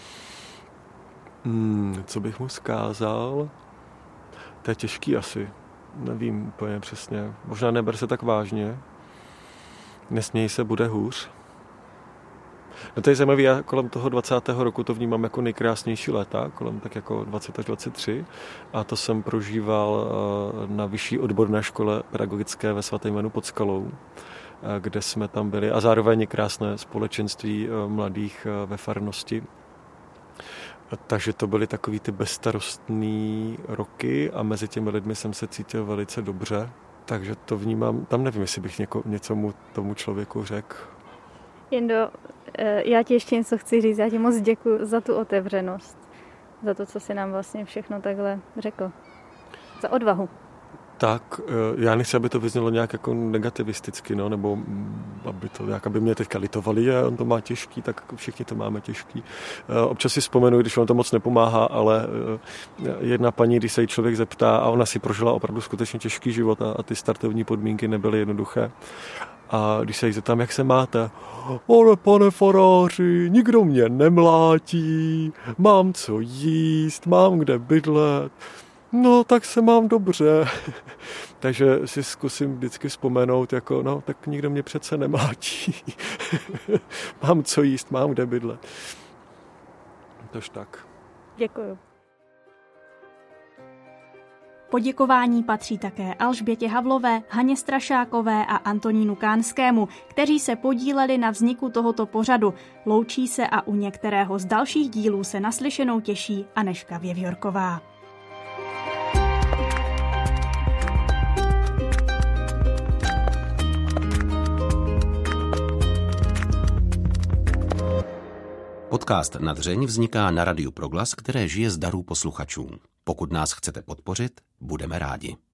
Hmm, co bych mu vzkázal? To je těžký asi. Nevím úplně přesně. Možná neber se tak vážně. Nesměj se, bude hůř. No to je zajímavé, já kolem toho dvacátého roku to vnímám jako nejkrásnější léta, kolem tak jako dvacet až dvacet tři, a to jsem prožíval na vyšší odborné škole pedagogické ve Svatém Janu pod Skalou, kde jsme tam byli, a zároveň krásné společenství mladých ve farnosti. Takže to byly takový ty bezstarostný roky a mezi těmi lidmi jsem se cítil velice dobře, takže to vnímám, tam nevím, jestli bych něko, něco mu, tomu člověku řekl. Jendo, já ti ještě něco chci říct. Já ti moc děkuji za tu otevřenost. Za to, co jsi nám vlastně všechno takhle řekl. Za odvahu. Tak, já nechci, aby to vyznělo nějak jako negativisticky, no, nebo aby to nějak, aby mě teďka litovali, a on to má těžký, tak všichni to máme těžký. Občas si vzpomenu, když on to moc nepomáhá, ale jedna paní, když se jí člověk zeptá, a ona si prožila opravdu skutečně těžký život a, a ty startovní podmínky nebyly jednoduché. A když se jí zeptám, jak se máte? Ale pane faráři, nikdo mě nemlátí, mám co jíst, mám kde bydlet. No, tak se mám dobře. Takže si zkusím vždycky vzpomenout, jako, no, tak nikdo mě přece nemlátí. Mám co jíst, mám kde bydlet. Tož tak. Děkuju. Poděkování patří také Alžbětě Havlové, Haně Strašákové a Antonínu Kánskému, kteří se podíleli na vzniku tohoto pořadu. Loučí se a u některého z dalších dílů se naslyšenou těší Anežka Věvjorková. Podcast Na dřeň vzniká na Radiu Proglas, které žije z darů posluchačů. Pokud nás chcete podpořit, budeme rádi.